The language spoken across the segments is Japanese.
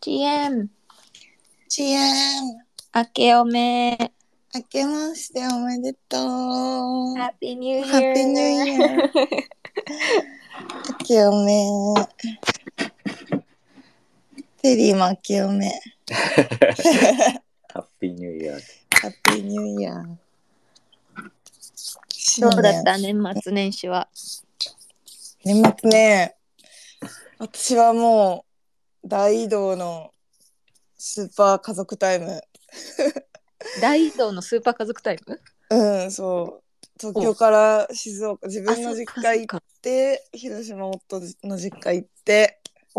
ちえん、 ちえん、 明けおめ。 明けましておめでとう。 ハッピーニューイヤー。 ハッピーニューイヤー。明けおめ。テリーも明けおめ。 ハッピーニューイヤー。 ハッピーニューイヤー。 どうだった年末年始は？ 年末ね、私はもう大移動のスーパー家族タイム。 大移動のスーパー家族タイム？ うん、そう。東京から静岡、自分の実家行って、広島夫の実家行って、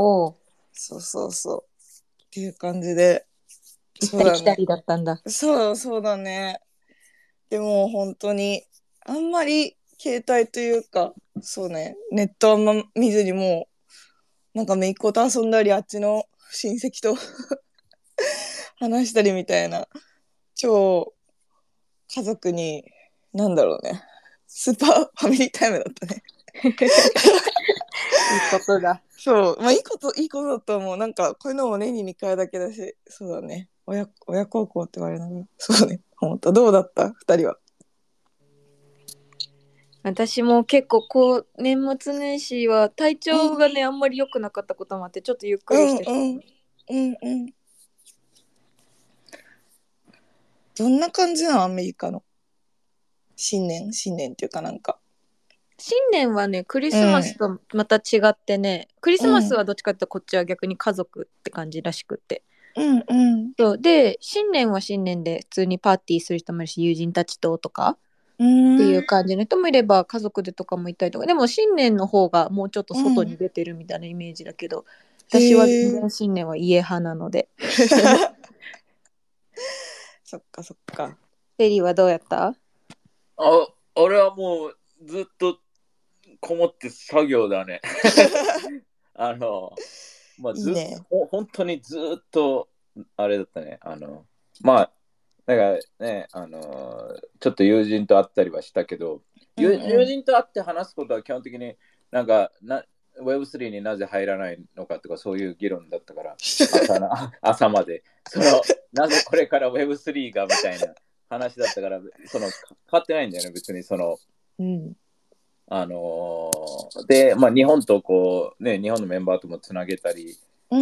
そうっていう感じで。 行ったり来たりだったんだ。 そうだね。でも本当にあんまり携帯というか、そうね、ネットあんま見ずにもうなんか姪っ子と遊んだり、あっちの親戚と話したりみたいな超家族に、なんだろうね、スーパーファミリータイムだったね。 いいことだ。 そう、まあいいことだと思う。なんかこういうのも年に2回だけだし、そうだね。親孝行って言われながら、そうね。本当どうだった2人は？ 私も結構こう年末年始は体調がね、あんまり良くなかったこともあってちょっとゆっくりして、 どんな感じなのアメリカの新年っていうかなんか。 新年はねクリスマスとまた違ってね、クリスマスはどっちかっていうとこっちは逆に家族って感じらしくって、そうで新年は新年で普通にパーティーする人もいるし、友人たちとかっていう感じの人もいれば家族でとかもいたりとか、でも新年の方がもうちょっと外に出てるみたいなイメージだけど、私は全然新年は家派なのでそっか。 テリーはどうやった？ 俺はもうずっとこもって作業だね。まあ、 いいね。 本当にずっとあれだったね。まあなんかね、ちょっと友人と会ったりはしたけど、友人と会って話すことは基本的になんかWeb3 になぜ入らないのかとかそういう議論だったから朝までなぜこれから Web3 がみたいな話だったから、変わってないんだよね別にで、まあ、日本とこうね、日本のメンバーともつなげたり、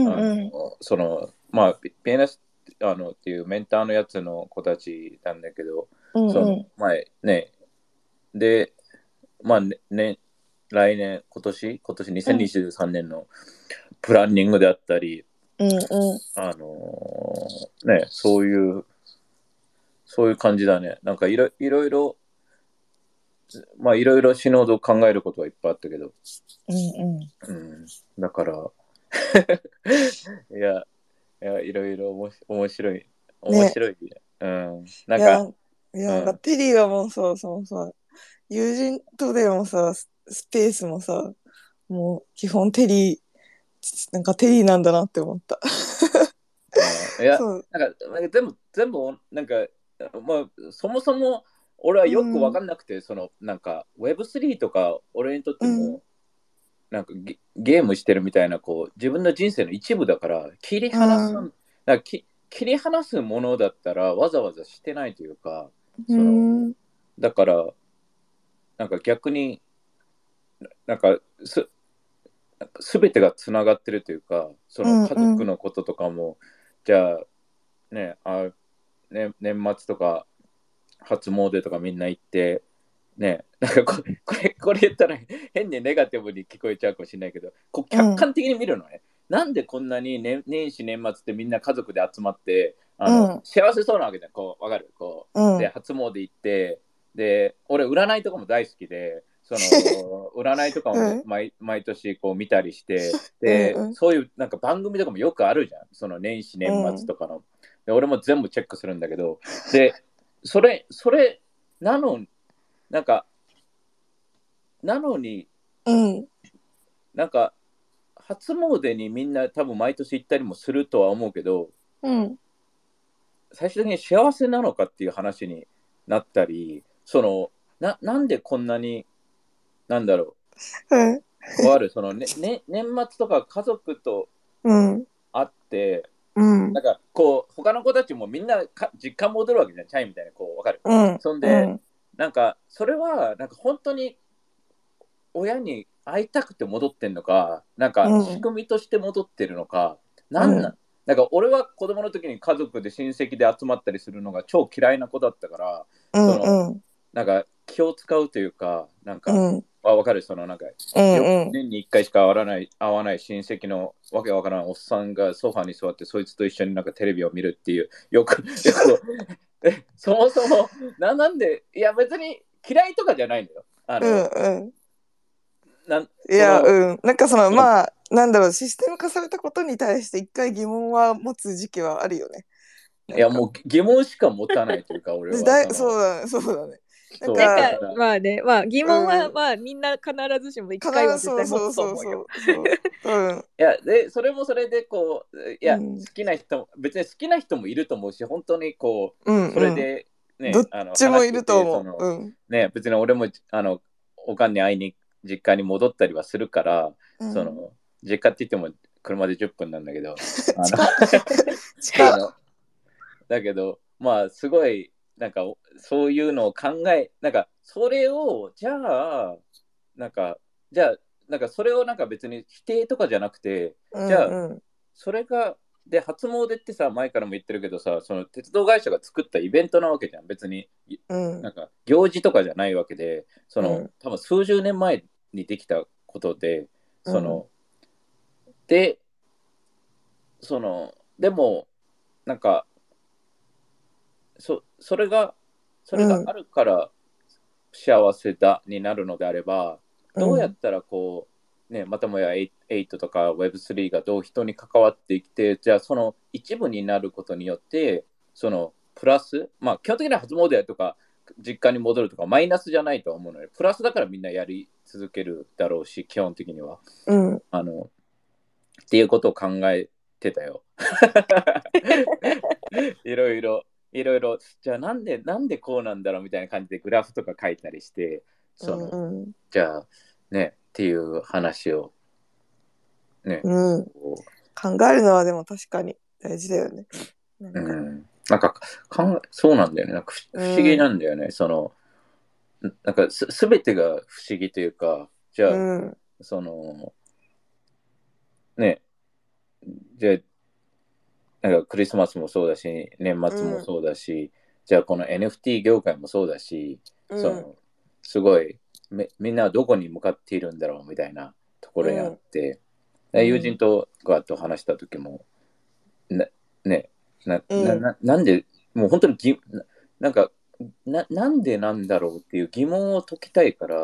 まあ PNS っていうメンターのやつの子たちなんだけど、前ね、で、まあね、来年、今年2023年のプランニングであったり、ね、そういう感じだね。なんかいろいろ、まあいろいろ死ぬほど考えることはいっぱいあったけど、だからいやいろいろ面白い、 なんかテリーはもうさ友人とでもさスペースもさ、もう基本テリーなんかテリーなんだなって思った。 なんか全部なんか、まあ、そもそも俺はよく分かんなくて、なんか Web3 とか俺にとっても、なんかゲームしてるみたいなこう自分の人生の一部だから切り離すものだったらわざわざしてないというか、だからなんか逆になんか全てがつながってるというか、家族のこととかも、じゃあね、年末とか初詣とかみんな行ってね、なんかこれ言ったら変にネガティブに聞こえちゃうかもしれないけど、こう客観的に見るのね、なんでこんなに、年始年末ってみんな家族で集まって幸せそうなわけじゃん、こうわかるこう、で初詣行って、で俺占いとかも大好きで、占いとかも毎年こう見たりして、でそういうなんか番組とかもよくあるじゃん、年始年末とかの、で俺も全部チェックするんだけど、でそれなのに、なんか初詣にみんな多分毎年行ったりもするとは思うけど、最終的に幸せなのかっていう話になったり、なんでこんなになんだろう、年末とか家族と会って、 なんかこう他の子たちもみんな実家戻るわけじゃん、チャイみたいな、こうわかる、そんで、なんかそれはなんか本当に親に会いたくて戻ってんのか、なんか仕組みとして戻ってるのか、なんか俺は子供の時に家族で親戚で集まったりするのが超嫌いな子だったから、そのなんか気を使うというか、なんか、わかる、そのなんか、年に1回しか会わない親戚のわけわからんおっさんがソファに座ってそいつと一緒になんかテレビを見るっていう、よくそもそもなんで、いや別に嫌いとかじゃないんだよ。 なんかそのまあなんだろう、システム化されたことに対して一回疑問は持つ時期はあるよね。 いやもう疑問しか持たないというか、俺はそうだね。 なんかまあね、まあ疑問はまあみんな必ずしも一回は絶対持つと思うよ。 いやでそれもそれでこう、いや、好きな人別に好きな人もいると思うし、本当にこう、それでね、 どっちもいると思う。 ね、別に俺もおかんに会いに実家に戻ったりはするから、その実家って言っても車で10分なんだけど、近いだけど、まあすごいなんかそういうのをなんかそれをじゃあなんかそれをなんか別に否定とかじゃなくて、じゃあそれがで初詣ってさ、前からも言ってるけどさ、その鉄道会社が作ったイベントなわけじゃん、別に、なんか行事とかじゃないわけで、その多分数十年前にできたことで、そのでもなんかそれがあるから幸せだになるのであれば、どうやったらこう、ね、またもや8とか Web3 がどう人に関わってきて、じゃあその一部になることによって、そのプラス、まあ基本的には初詣とか実家に戻るとかマイナスじゃないと思うので、プラスだからみんなやり続けるだろうし、基本的には。っていうことを考えてたよ。いろいろ、じゃあなんでこうなんだろうみたいな感じでグラフとか書いたりして、じゃあねっていう話をね、 考えるのはでも確かに大事だよね。 なんかそうなんだよね。なんか不思議なんだよね。そのなんかすべてが不思議というか、じゃあ、そのね、じゃあなんかクリスマスもそうだし、年末もそうだし、じゃあこの NFT 業界もそうだし、すごいみんなはどこに向かっているんだろうみたいなところにあって、友人と話した時も、なんで、もう本当になんでなんだろうっていう疑問を解きたいから、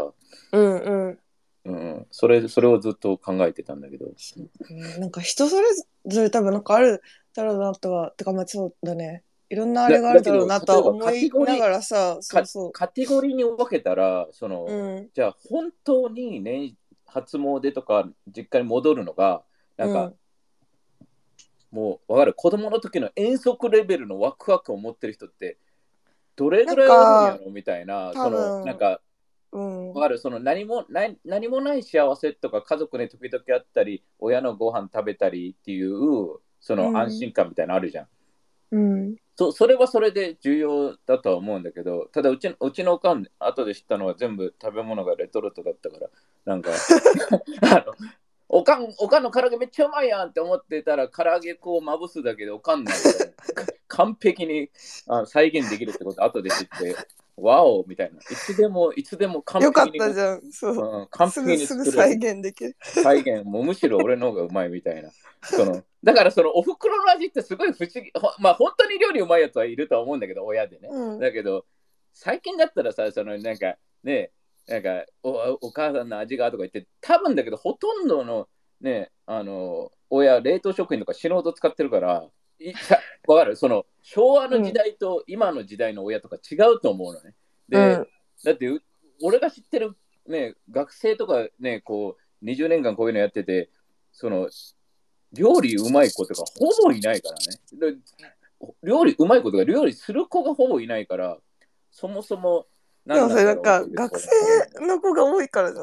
それをずっと考えてたんだけど、 なんか人それぞれ多分なんかあるだろうなとは、てかまあそうだね、いろんなあれがあるだろうなとは思いながらさ、 カテゴリーに分けたら、じゃあ本当に初詣とか実家に戻るのがなんか、もう分かる、子供の時の遠足レベルのワクワクを持ってる人ってどれぐらいおるんやろみたいな、なんか分かる、何もない幸せとか、家族で時々あったり、親のご飯食べたりっていうその安心感みたいなのあるじゃん。それはそれで重要だとは思うんだけど、ただうちのおかん後で知ったのは全部食べ物がレトルトだったから、なんかおかんの唐揚げめっちゃうまいやんって思ってたら、唐揚げこうまぶすだけでおかんなんか完璧に再現できるってこと後で知って、ワオみたいな。いつでも完璧に。 よかったじゃん。そう。 完璧にすぐ再現できる。 再現、もうむしろ俺の方がうまいみたいな。だからお袋の味ってすごい不思議。まあ本当に料理うまいやつはいるとは思うんだけど、親でね。だけど、最近だったらさ、なんかね、なんかお母さんの味がとか言って、多分だけど、ほとんどのね、親、冷凍食品とか死ぬほど使ってるから、わかる、昭和の時代と今の時代の親とか違うと思うのね。で、だって俺が知ってる、ね、学生とかね、こう20年間こういうのやってて、料理うまい子とかほぼいないからね。料理うまい子とか料理する子がほぼいないから、そもそもでもそれなんか学生の子が多いからじゃない？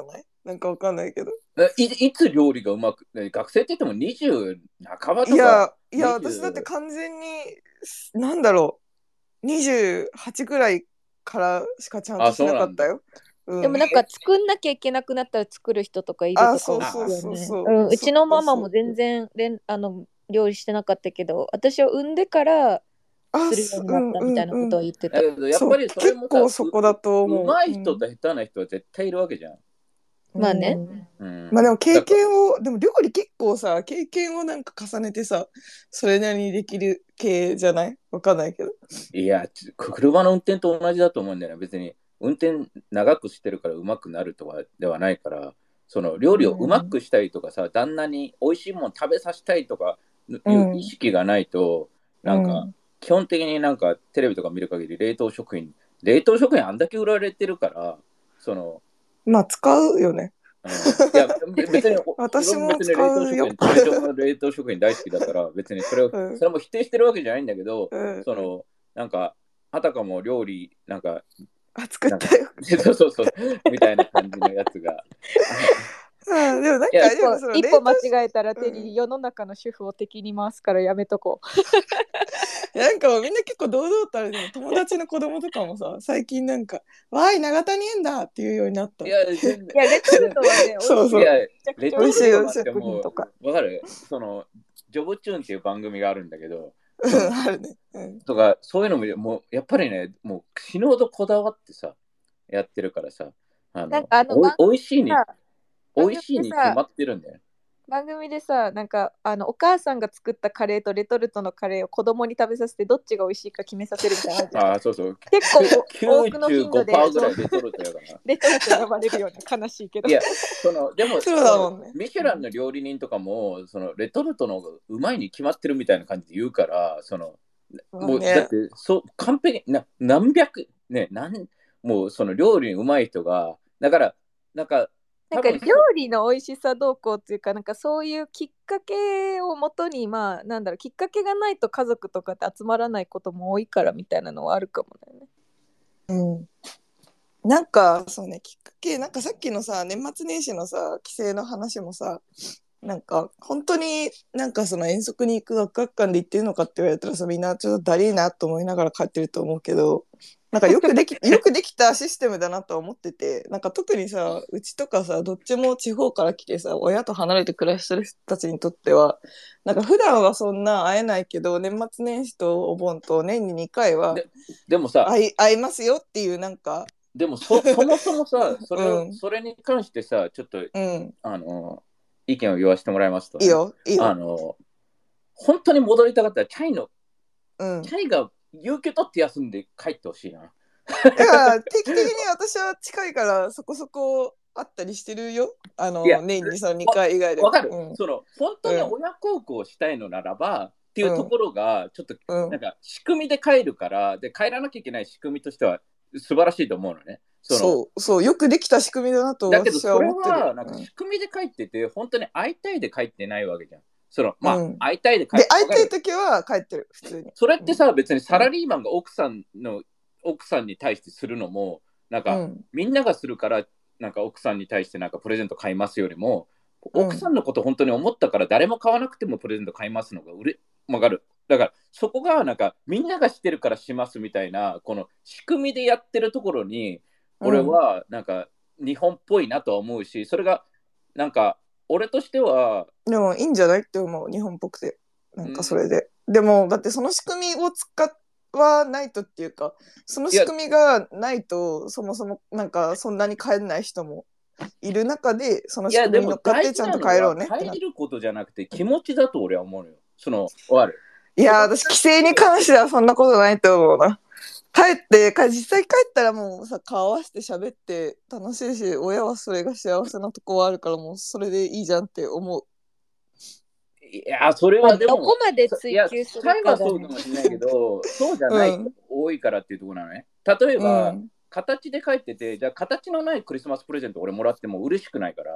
なんかわかんないけど。 いつ料理がうまく、学生って言っても20半ばとか。 いや、私だって完全に、なんだろう、28ぐらいからしかちゃんとしなかったよ。 でもなんか作んなきゃいけなくなったら作る人とかいるとか、 そううちのママも全然料理してなかったけど、私を産んでからするようになったみたいなことは言ってた。 やっぱりそれもさ、 結構そこだと思う。 うまい人と下手な人は絶対いるわけじゃん。 まあね。 まあでも経験を、でも料理結構さ、経験をなんか重ねてさ、それなりにできる系じゃない？わかんないけど。 いや、車の運転と同じだと思うんだよね。別に運転長くしてるからうまくなるとかではないから、その料理をうまくしたいとかさ、旦那に美味しいもの食べさせたいとかいう意識がないと、なんか基本的になんかテレビとか見る限り冷凍食品あんだけ売られてるから、そのまあ使うよね。 いや別に私も使うよ。 冷凍食品大好きだから別にそれも否定してるわけじゃないんだけど、そのなんかあたかも料理なんか作ったよそうみたいな感じのやつがでもなんか一歩間違えたら手に世の中の主婦を敵に回すからやめとこう。なんかみんな結構堂々とあるけど、友達の子供とかもさ、最近なんか「わーい長谷園だ」っていうようになった。 いやレトルトはね、 そういやレトルトは食品とかわかる？そのジョブチューンっていう番組があるんだけど、 あるね。 とかそういうのもやっぱりね、もう死ぬほどこだわってさやってるからさ、おいしいに決まってるんだよ。 番組でさ、なんかお母さんが作ったカレーとレトルトのカレーを子供に食べさせてどっちが美味しいか決めさせるみたいな。 そう。 結構多くの頻度で 95%ぐらいレトルトやから。 レトルト選ばれるような悲しいけど。 いや、でもそうだもんね。 ミシュランの料理人とかもそのレトルトのうまいに決まってるみたいな感じで言うから、もうだって完璧何百ねもうその料理にうまい人がだからなんか料理の美味しさどうこうっていうか、なんかそういうきっかけをもとに、まあなんだろう、きっかけがないと家族とかって集まらないことも多いからみたいなのはあるかもね。 なんかそうね、きっかけ、なんかさっきのさ年末年始のさ帰省の話もさ、なんか本当になんかその遠足に行く学館で行ってるのかって言われたらさ、みんなちょっとだりーなと思いながら帰ってると思うけど、なんかよくできたシステムだなと思ってて、なんか特にさうちとかさどっちも地方から来てさ親と離れて暮らしてる人たちにとっては、なんか普段はそんな会えないけど年末年始とお盆と年に2回はでもさ会いますよっていうなんか。 でもそもそもさそれに関してさちょっと、意見を言わせてもらいますと、 いいよ本当に戻りたかったらチャイが有給取って休んで帰ってほしいな。 いや定期的に私は近いからそこそこあったりしてるよ。年にその2回以外で。 わかる、その本当に親孝行したいのならば、っていうところがちょっと、なんか仕組みで帰るからで帰らなきゃいけない仕組みとしては素晴らしいと思うのね。 そうよくできた仕組みだなと私は思ってる。だけどそれはなんか仕組みで帰ってて、本当に会いたいで帰ってないわけじゃん。会いたいで帰ってで会いたい時は帰ってる普通に。 それってさ、別にサラリーマンが奥さんに対してするのもなんか、みんながするからなんか奥さんに対してなんかプレゼント買いますよりも、奥さんのこと本当に思ったから誰も買わなくてもプレゼント買いますのがわかる。だからそこがなんかみんながしてるからしますみたいなこの仕組みでやってるところに俺はなんか日本っぽいなとは思うし、それがなんか俺としてはでもいいんじゃないって思う、日本っぽくて。なんかそれで、でもだってその仕組みをわないとっていうか、その仕組みがないとそもそもなんかそんなに帰んない人もいる中で、その仕組みに乗っかってちゃんと帰ろうねって。 帰ることじゃなくて気持ちだと俺は思うのよ。わかる？ いや私帰省に関してはそんなことないと思うな。実際帰ったらもうさ顔合わせて喋って楽しいし、親はそれが幸せなとこはあるからもうそれでいいじゃんって思う。 いやそれはでもどこまで追求するか、 ね、はそうかもしれないけどそうじゃない人多いからっていうところなのね。例えば、形で帰ってて、じゃあ形のないクリスマスプレゼント俺もらっても嬉しくないから、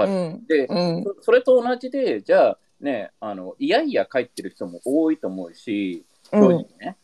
で、それと同じでじゃあねいやいや帰ってる人も多いと思うし、正直ね、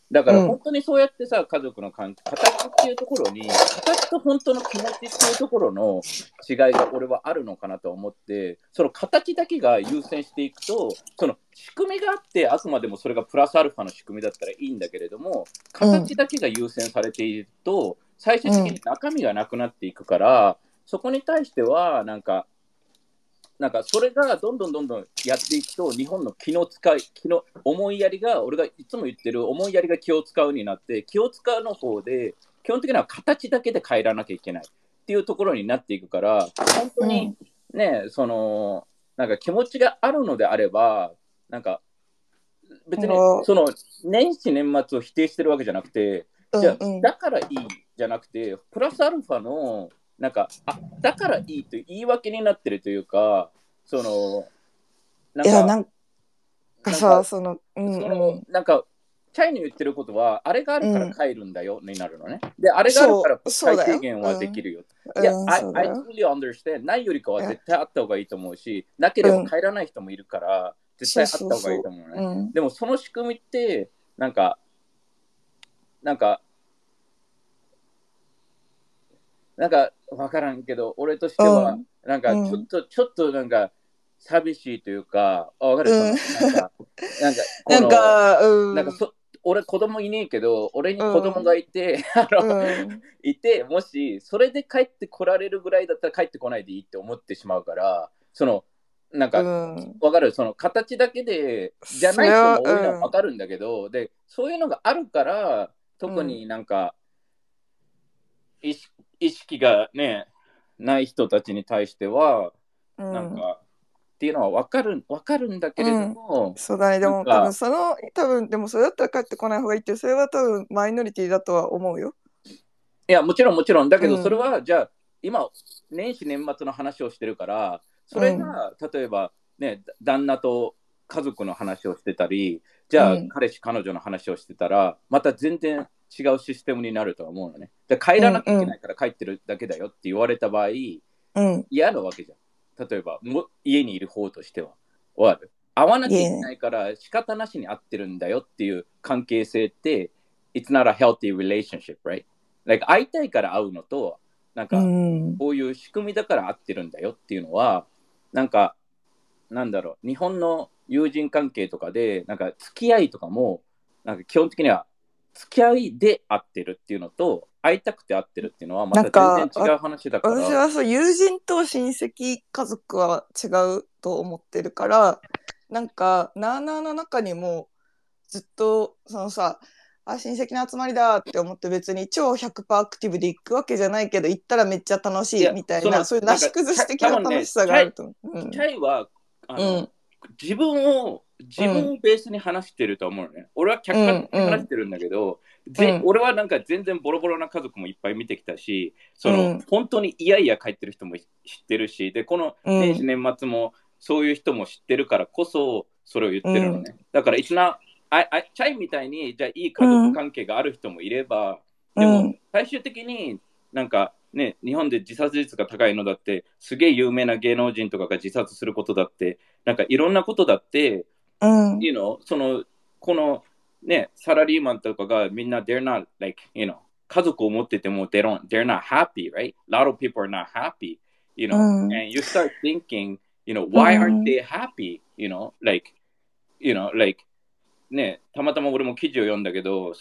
だから本当にそうやってさ、家族の関係、形っていうところに、形と本当の気持ちっていうところの違いが俺はあるのかなと思って、その形だけが優先していくと、その仕組みがあって、あくまでもそれがプラスアルファの仕組みだったらいいんだけれども、形だけが優先されていると、最終的に中身がなくなっていくから、そこに対しては、なんかそれがどんどんやっていくと、日本の気の思いやりが、俺がいつも言ってる思いやりが気を使うになって、気を使うの方で、基本的には形だけで変えらなきゃいけないっていうところになっていくから、本当にね、なんか気持ちがあるのであれば、なんか別にその年始年末を否定してるわけじゃなくて、じゃあだからいいじゃなくて、プラスアルファのなんかだからいいという言い訳になってるというか、 なんかさ、 なんかチャイの言ってることは、あれがあるから帰るんだよ、になるのね。で、あれがあるから最低限はできるよ。いや、I totally understand。ないよりかは絶対あった方がいいと思うし、なければ帰らない人もいるから、絶対あった方がいいと思うね。でも、その仕組みって、なんか、わからんけど、俺としては、なんか、ちょっとなんか、寂しいというか、わかる、俺子供いねえけど、俺に子供がいて、いて、もしそれで帰ってこられるぐらいだったら帰ってこないでいいって思ってしまうから、なんか、わかる、その形だけでじゃない人も多いのはわかるんだけど、で、そういうのがあるから、特になんか、意識がね、ない人たちに対しては、なんか、っていうのは分かるんだけれども、 そうだね。でも多分でもそれだったら帰ってこない方がいいっていう、それは多分マイノリティだとは思うよ。 いや、もちろんだけど、それはじゃあ今年始年末の話をしてるから、それが例えばね、旦那と家族の話をしてたり、じゃあ彼氏彼女の話をしてたら、また全然違うシステムになるとは思うのね。で、帰らなきゃいけないから帰ってるだけだよって言われた場合、嫌なわけじゃん。例えば家にいる方としては会わなきゃいけないから仕方なしに会ってるんだよっていう関係性って It's not a healthy relationship, right? Like 会いたいから会うのと、なんかこういう仕組みだから会ってるんだよっていうのは、なんかなんだろう、日本の友人関係とかでなんか付き合いとかもなんか基本的には付き合いで会ってるっていうのと、会いたくて会ってるっていうのはまた全然違う話だから。 私は友人と親戚家族は違うと思ってるから、なんかなあなあの中にもずっと親戚の集まりだって思って別に超 100% アクティブで行くわけじゃないけど、行ったらめっちゃ楽しいみたいな、そういうなし崩し的な楽しさがあると思う。 チャイは自分をベースに話してると思うのね。俺は客観的に話してるんだけど、俺はなんか全然ボロボロな家族もいっぱい見てきたし、本当に嫌々帰ってる人も知ってるし、でこの年始年末もそういう人も知ってるからこそそれを言ってるのね。だからチャイみたいにじゃあいい家族関係がある人もいれば、でも最終的になんかね、日本で自殺率が高いのだって、すげえ有名な芸能人とかが自殺することだって、なんかいろんなことだって、このね、サラリーマンとかがみんな、they're not like, 家族を持ってても、they're not happy, right? A lot of people are not happy, and you start thinking, why aren't they happy? Like,ね、たまたま俺も記事を読んだけど、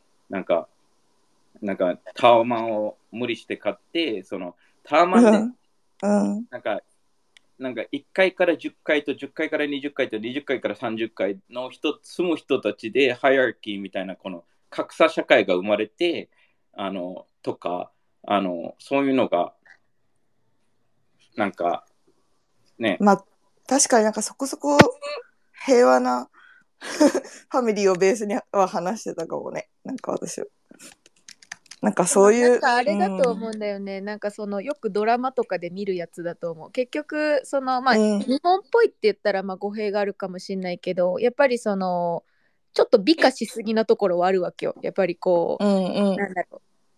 なんかタワマンを無理して買って、タワマンで、なんか1階から10階と10階から20階と20階から30階の住む人たちでハイアーキーみたいなこの格差社会が生まれて、とか、そういうのがなんかね。 まあ確かになんかそこそこ平和なファミリーをベースには話してたかもね。なんか私は。なんかそういう。 なんかあれだと思うんだよね。なんかよくドラマとかで見るやつだと思う。結局日本っぽいって言ったら語弊があるかもしれないけど、やっぱりちょっと美化しすぎなところはあるわけよ。やっぱりなんだろう。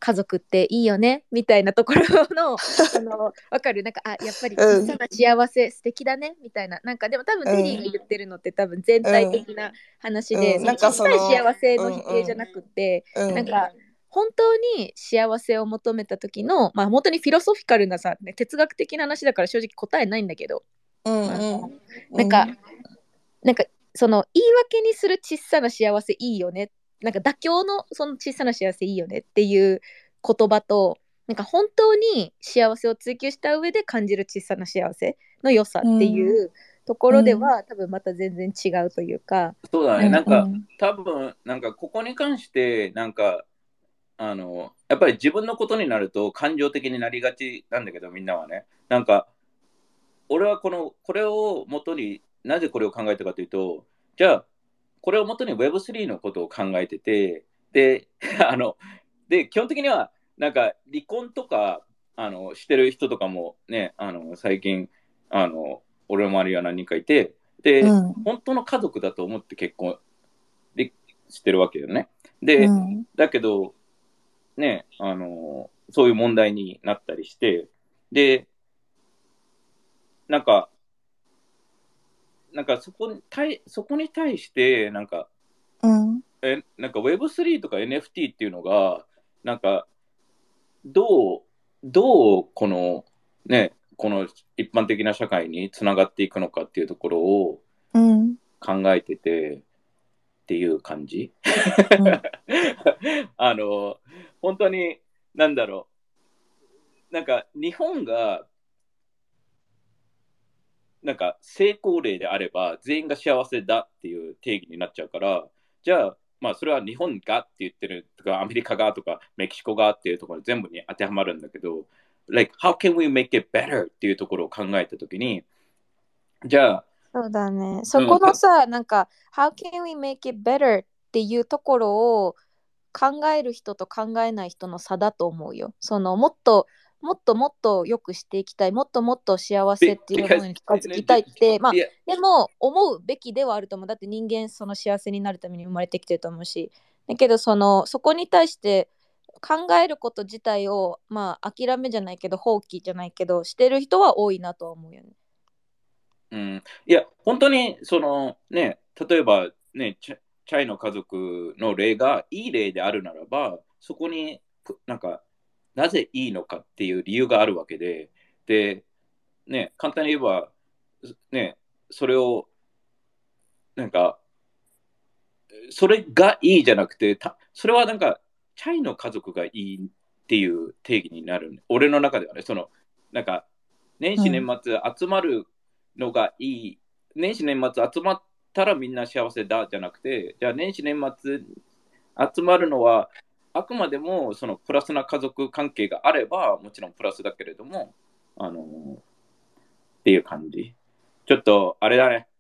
家族っていいよねみたいなところのわかる、なんかやっぱり小さな幸せ、素敵だねみたいな、なんかでも多分テリーが言ってるのって多分全体的な話で、その小さい幸せの否定じゃなくて、なんか本当に幸せを求めた時の、まあ本当にフィロソフィカルなさ、ね、哲学的な話だから正直答えないんだけど、なんかその言い訳にする小さな幸せいいよね、なんか妥協のその小さな幸せいいよねっていう言葉と、なんか本当に幸せを追求した上で感じる小さな幸せの良さっていうところでは、多分また全然違うというか。 そうだね、なんか多分なんかここに関してなんかやっぱり自分のことになると感情的になりがちなんだけど、みんなはね、なんか俺はこれを元になぜこれを考えたかというと、じゃあこれを元に Web3 のことを考えてて、でで基本的にはなんか離婚とかしてる人とかもね、最近俺の周りは何人かいて、で、本当の家族だと思って結婚してるわけよね。で、だけどね、そういう問題になったりして、で、なんかそこに対して、なんか Web3 とか NFT っていうのが、なんか、どうこの一般的な社会につながっていくのかっていうところを考えててっていう感じ。本当に、なんだろう。なんか、日本が、なんか成功例であれば全員が幸せだっていう定義になっちゃうから、じゃあまあそれは日本がって言ってるとかアメリカがとかメキシコがっていうところ全部に当てはまるんだけど、like how can we make it better っていうところを考えたときに、じゃあそうだね、そこのさ、なんか how can we make it better っていうところを考える人と考えない人の差だと思うよ。そのもっと良くしていきたい、もっと幸せっていうものに近づきたいって、まあでも思うべきではあると思う。だって人間その幸せになるために生まれてきてると思うし、だけどそこに対して考えること自体をまあ諦めじゃないけど放棄じゃないけどしてる人は多いなとは思うよね。 いや本当にそのね、例えばね、チャイの家族の例がいい例であるならば、そこになんかなぜいいのかっていう理由があるわけで、で、ね、簡単に言えば、ね、それを、なんか、それがいいじゃなくて、それはなんか、チャイの家族がいいっていう定義になる。俺の中ではね、なんか、年始年末集まるのがいい、年始年末集まったらみんな幸せだじゃなくて、じゃあ年始年末集まるのは、あくまでもそのプラスな家族関係があればもちろんプラスだけれども、っていう感じ。ちょっとあれだね、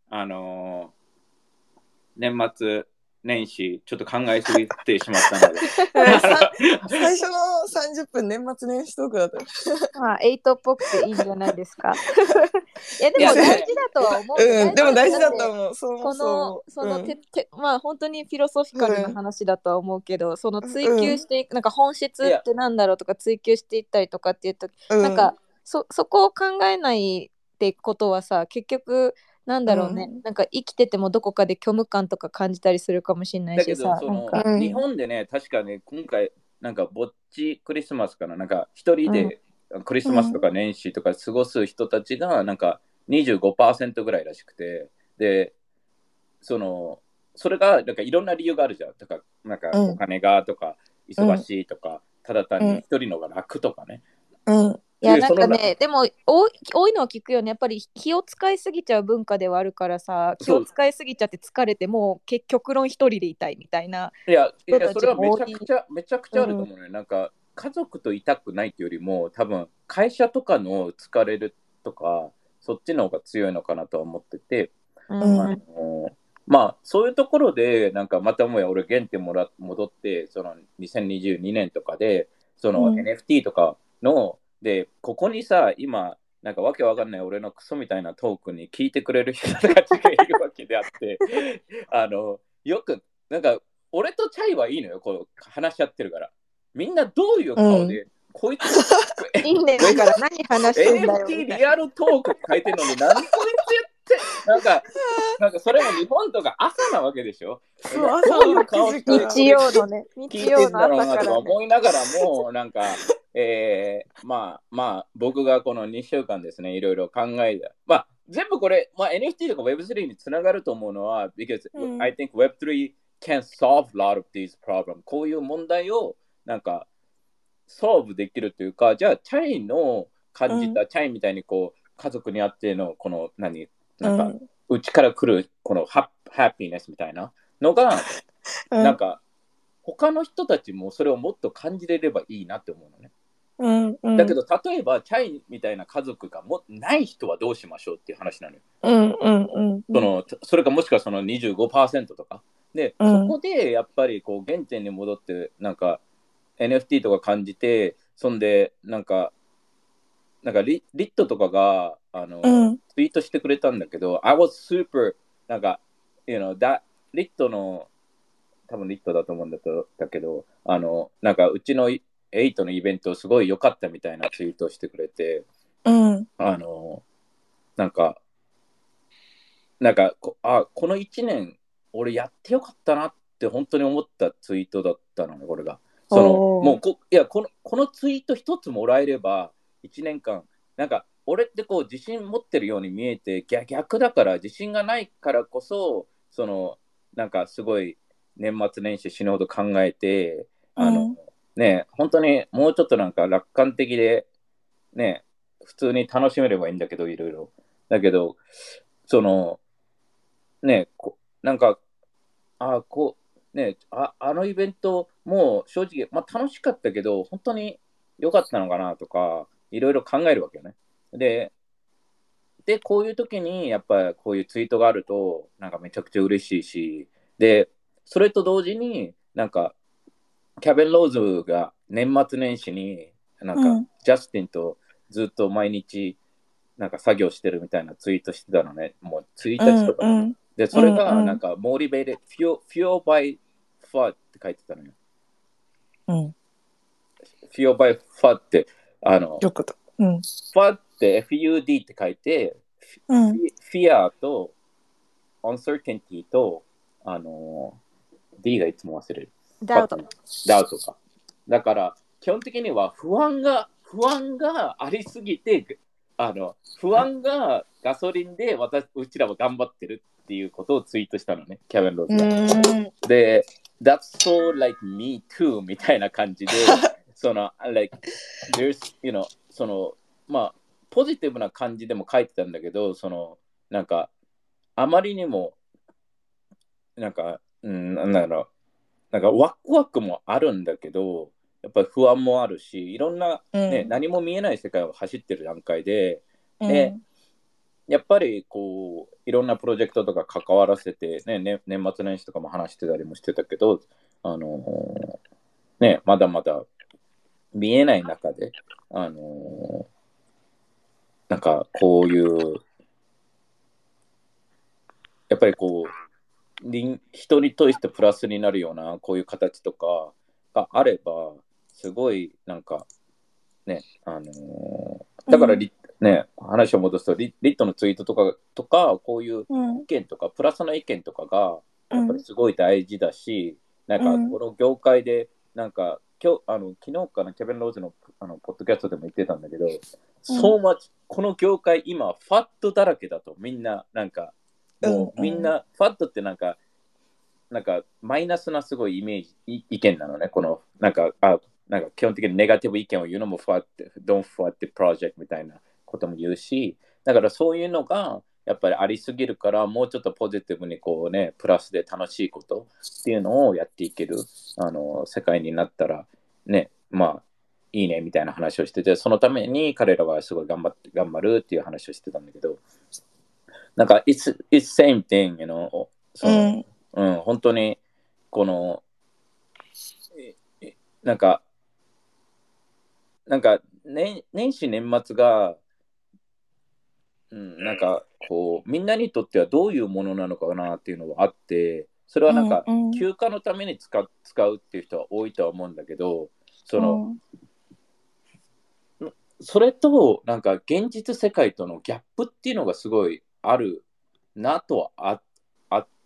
年末年始ちょっと考えすぎてしまったので最初の30分年末年始トークだったまあ8っぽくていいんじゃないですか。いやでも大事だとは思う。 でも大事だと思う。 まあ本当にフィロソフィカルな話だとは思うけど、その追求していく、なんか本質ってなんだろうとか追求していったりとかっていうと、なんかそこを考えないってことはさ、結局なんだろうね、なんか生きててもどこかで虚無感とか感じたりするかもしれないしさ。 だけど日本でね、確かね、今回なんかぼっちクリスマスかな、なんか一人でクリスマスとか年始とか過ごす人たちがなんか 25% ぐらいらしくて、でそれがなんかいろんな理由があるじゃん。だからなんかお金がとか忙しいとか、ただ単に一人のが楽とかね。 いやなんかね、でも多いのは聞くよね。やっぱり気を使いすぎちゃう文化ではあるからさ、気を使いすぎちゃって疲れてもう極論一人でいたいみたいな。 いやそれはめちゃくちゃあると思うね。なんか家族といたくないっていうよりも多分会社とかの疲れるとかそっちの方が強いのかなとは思ってて、まあそういうところでなんかまたもや俺原点戻ってその2022年とかでその NFT とかのでここにさ今なんかわけわかんない俺のクソみたいなトークに聞いてくれる人たちがいるわけであってよくなんか俺とチャイはいいのよ、こう話し合ってるから。 みんなどういう顔で、こいついいねだから何話してんだよ NFT リアルトークって書いてるのに何こいつ言ってなんかそれも日本とか朝なわけでしょ。 そう朝の8時から日曜のね日曜の朝から、ね、とか思いながらもなんかまあ僕がこの2週間ですねいろいろ考えた全部これ、NFT とか Web3 につながると思うのは because、I think Web3 can solve a lot of these problems こういう問題をなんかソーブできるというかじゃあチャイの感じた、チャイみたいにこう家族にあってのこのなんか、内から来るこのハッピーネスみたいなのが、なんか他の人たちもそれをもっと感じれればいいなって思うのね、だけど例えばチャイみたいな家族がない人はどうしましょうっていう話なのよ、それかもしくはその 25% とかで、そこでやっぱりこう原点に戻ってなんかNFT とか感じてそんでなんかリットとかがツイートしてくれたんだけど I was super なんかリットの多分リットだと思うんだけどなんかうちの8のイベントすごい良かったみたいなツイートをしてくれてなんかこの1年俺やってよかったなって本当に思ったツイートだったのねこれがもうこのツイート一つもらえれば1年間なんか俺ってこう自信持ってるように見えて逆だから自信がないからこそなんかすごい年末年始死ぬほど考えてね本当にもうちょっとなんか楽観的でね普通に楽しめればいいんだけどいろいろだけどねなんかあのイベントも正直、楽しかったけど本当に良かったのかなとかいろいろ考えるわけよね。でこういう時にやっぱりこういうツイートがあるとなんかめちゃくちゃ嬉しいしでそれと同時になんかキャベン・ローズが年末年始になんか、ジャスティンとずっと毎日なんか作業してるみたいなツイートしてたのねもう1日とか、でそれがなんかモリベーティfuel by FUD って書いてたのよ。fuel by FUD ってFUD って FUD って書いて、fear と uncertainty とD がいつも忘れる。 ダウトか。だから基本的には不安がありすぎて不安がガソリンでうちらは頑張ってるっていうことをツイートしたのね、キャベン・ローズが。で、That's so like me too みたいな感じで、like, there's, ポジティブな感じでも書いてたんだけど、なんか、あまりにも、なんか、なんだろう、なんかワクワクもあるんだけど、やっぱり不安もあるし、いろんな、何も見えない世界を走ってる段階で、やっぱりこういろんなプロジェクトとか関わらせて、年末年始とかも話してたりもしてたけど、まだまだ見えない中で、なんかこういうやっぱりこう人にとしてプラスになるようなこういう形とかがあればすごいなんかねだから話を戻すとリットのツイートとかこういう意見とか、プラスの意見とかがやっぱりすごい大事だし、なんかこの業界でなんか昨日かなキャベン・ローズのポッドキャストでも言ってたんだけど、so much この業界今ファットだらけだとみんななんかもうみんなファットってなんかマイナスなすごいイメージ意見なのね。このなんか基本的にネガティブ意見を言うのもdon't fat the project みたいなことも言うし、だからそういうのがやっぱりありすぎるからもうちょっとポジティブにこうねプラスで楽しいことっていうのをやっていける世界になったらねいいねみたいな話をしてて、そのために彼らはすごい頑張るっていう話をしてたんだけど、なんか it's same thing本当にこのなんか年始年末が、なんかこうみんなにとってはどういうものなのかなっていうのはあって、それはなんか休暇のために使うっていう人は多いとは思うんだけど、 その、それとなんか現実世界とのギャップっていうのがすごいあるなとはあって。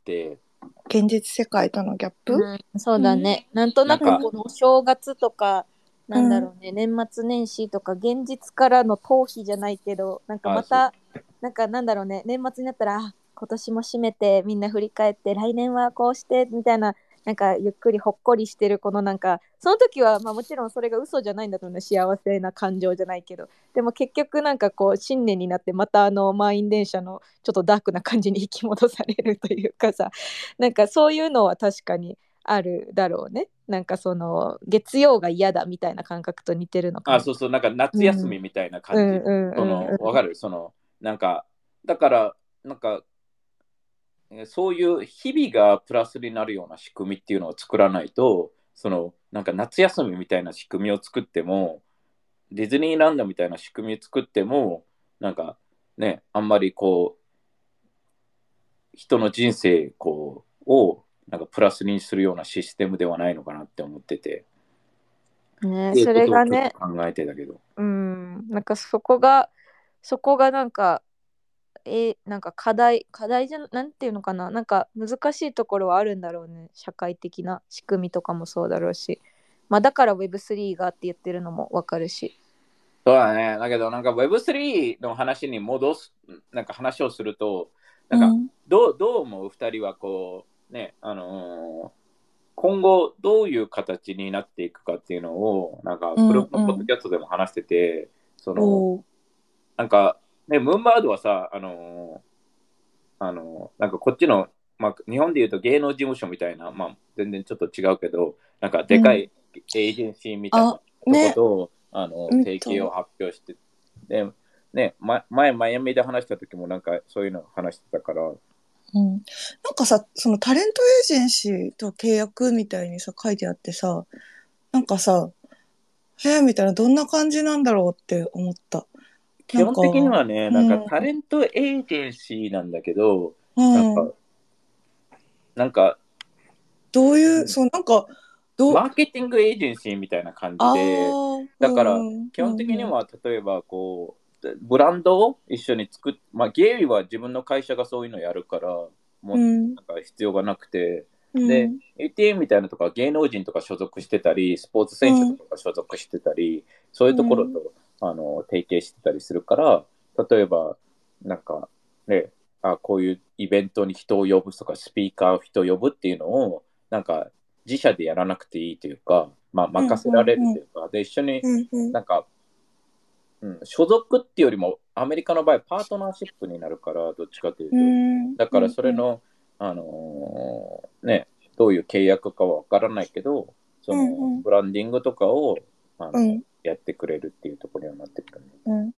現実世界とのギャップ、 そうだね、なんとなくこの正月とか、なんだろうね、年末年始とか現実からの逃避じゃないけど、なんかまたなんだろうね、年末になったら今年も締めてみんな振り返って来年はこうしてみたいな、なんかゆっくりほっこりしてるこのなんかその時はもちろんそれが嘘じゃないんだと思うね、幸せな感情じゃないけど、でも結局なんかこう新年になってまた満員電車のちょっとダークな感じに引き戻されるというかさ、なんかそういうのは確かにあるだろうね。なんかその月曜が嫌だみたいな感覚と似てるのかな。 そうそう、なんか夏休みみたいな感じ。わかる？なんか、だから、なんか、そういう日々がプラスになるような仕組みっていうのを作らないと、なんか夏休みみたいな仕組みを作っても、ディズニーランドみたいな仕組みを作っても、なんかね、あんまりこう、人の人生をなんかプラスにするようなシステムではないのかなって思ってて。 ね、それがね、 考えてたけど。 なんかそこがなんか、なんか課題じゃなんていうのかな、なんか難しいところはあるんだろうね、社会的な仕組みとかもそうだろうし、まあだから Web3 がって言ってるのもわかるし。 そうだね。だけどなんか Web3 の話になんか話をすると、なんかどう思う2人はこうね、今後どういう形になっていくかっていうのをなんかプロのポッドキャストでも話してて、なんかね、ムーンバードはさ、なんかこっちの、まあ、日本でいうと芸能事務所みたいな、まあ、全然ちょっと違うけど、なんかでかいエージェンシーみたいなとこと、提携を発表して、で、ね、前、マイアミで話した時もなんかそういうの話してたから。 なんかさ、そのタレントエージェンシーと契約みたいにさ、書いてあってさ、なんかさ、みたいな、どんな感じなんだろうって思った。 基本的にはね、なんかタレントエージェンシーなんだけど、なんか、 どういう、なんか、 マーケティングエージェンシーみたいな感じで、だから、基本的には、例えば、こう、ブランドを一緒に作っ、まあ、ゲイは自分の会社がそういうのやるから、もう、なんか必要がなくて、で、ATM みたいなとか芸能人とか所属してたり、スポーツ選手とか所属してたり、そういうところと、提携してたりするから、例えば、なんか、ね、こういうイベントに人を呼ぶとか、スピーカーを人を呼ぶっていうのを、なんか、自社でやらなくていいというか、まあ、任せられるというか、で、一緒になんか、所属っていうよりも、アメリカの場合、パートナーシップになるから、どっちかというと。だから、それの、ね、どういう契約かはわからないけど、その、ブランディングとかを、やってくれるっていうところにはなってくる、ね。